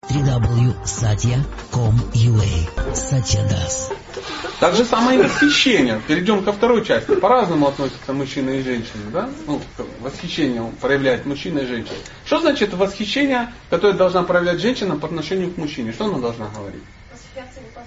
www.satya.com.ua. Satya Das. Так же самое и восхищение. Перейдем ко второй части. По-разному относятся мужчины и женщины. Да? Восхищение проявляет мужчина и женщина. Что значит восхищение, которое должна проявлять женщина по отношению к мужчине? Что она должна говорить? Восхищаться его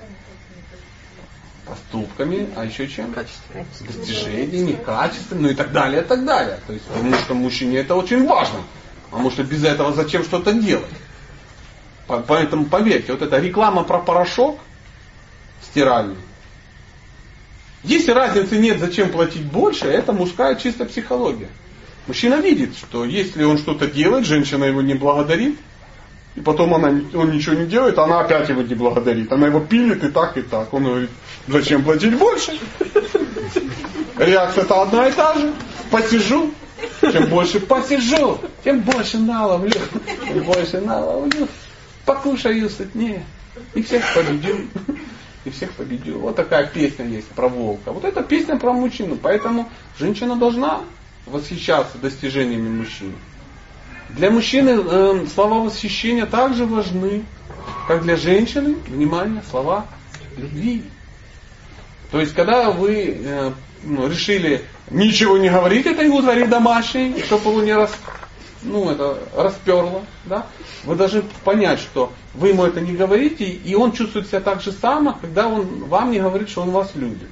Поступками, а еще чем? Качественно. Достижениями, качествами, ну и так далее, и так далее. То есть, потому что мужчине это очень важно. Потому что без этого зачем что-то делать? Поэтому поверьте, вот эта реклама про порошок стиральный. Если разницы нет, зачем платить больше, это мужская чисто психология. Мужчина видит, что если он что-то делает, женщина его не благодарит, и потом он ничего не делает, она опять его не благодарит. Она его пилит и так, и так. Он говорит, зачем платить больше? Реакция-то одна и та же. Посижу. Чем больше посижу, тем больше наловлю. Тем больше наловлю. Покушаю сытнее. И всех победю. И всех победю. Вот такая песня есть про волка. Вот это песня про мужчину. Поэтому женщина должна восхищаться достижениями мужчины. Для мужчины слова восхищения также важны, как для женщины, внимание, слова любви. То есть, когда вы решили ничего не говорить этой утвари домашней, чтобы его не расперло, да? Вы должны понять, что вы ему это не говорите, и он чувствует себя так же само, когда он вам не говорит, что он вас любит.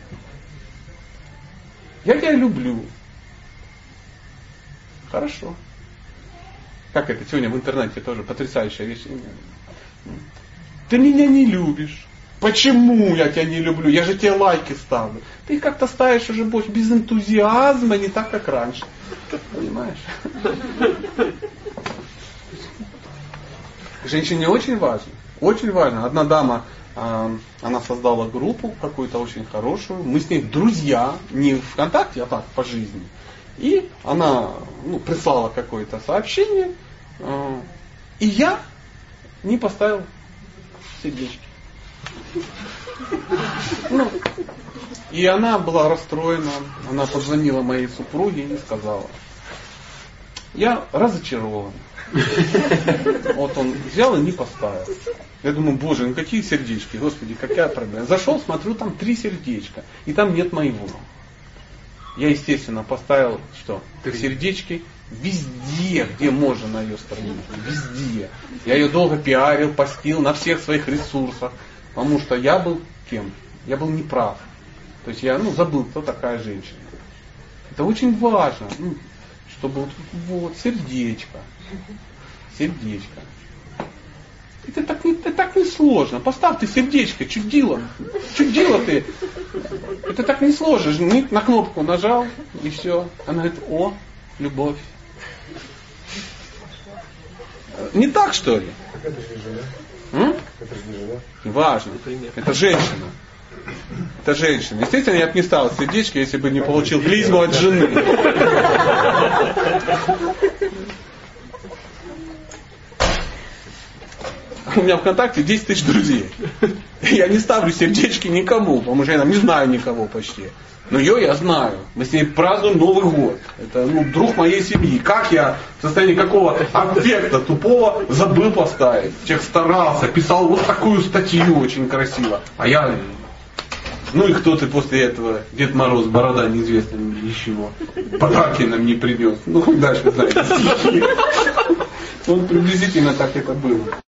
Я тебя люблю. Хорошо. Как это сегодня в интернете тоже потрясающая вещь. Ты меня не любишь. Почему я тебя не люблю? Я же тебе лайки ставлю. Ты их как-то ставишь уже больше без энтузиазма, не так, как раньше. Понимаешь? Женщине очень важно. Очень важно. Одна дама, она создала группу какую-то очень хорошую. Мы с ней друзья, не ВКонтакте, а так, по жизни. И она прислала какое-то сообщение, и я не поставил сердечки. И она была расстроена, она позвонила моей супруге и сказала, я разочарован. Вот он взял и не поставил. Я думаю, боже, ну какие сердечки, господи, какая проблема. Зашел, смотрю, там 3 сердечка, и там нет моего. Я, естественно, поставил, что? Сердечки везде, где можно на ее странице. Везде. Я ее долго пиарил, постил на всех своих ресурсах. Потому что я был кем? Я был неправ. То есть я забыл, кто такая женщина. Это очень важно. Чтобы вот сердечко. Сердечко. Это так не сложно. Поставь ты сердечко, чудило. Чудило ты. Это так не сложно. На кнопку нажал, и все. Она говорит, о, любовь. Не так, что ли? Это же не жена. Это же не жена. Важно. Это женщина. Это женщина. Естественно, я бы не ставил сердечко, если бы не получил клизму от жены. У меня ВКонтакте 10 тысяч друзей. Я не ставлю сердечки никому, потому что я не знаю никого почти. Но ее я знаю. Мы с ней празднуем Новый год. Это друг моей семьи. Как я в состоянии какого аффекта тупого забыл поставить? Человек старался, писал вот такую статью очень красиво. А я... и кто ты после этого? Дед Мороз, борода, неизвестно ничего. Подарки нам не принес. Дальше знаете. Вот приблизительно так это было.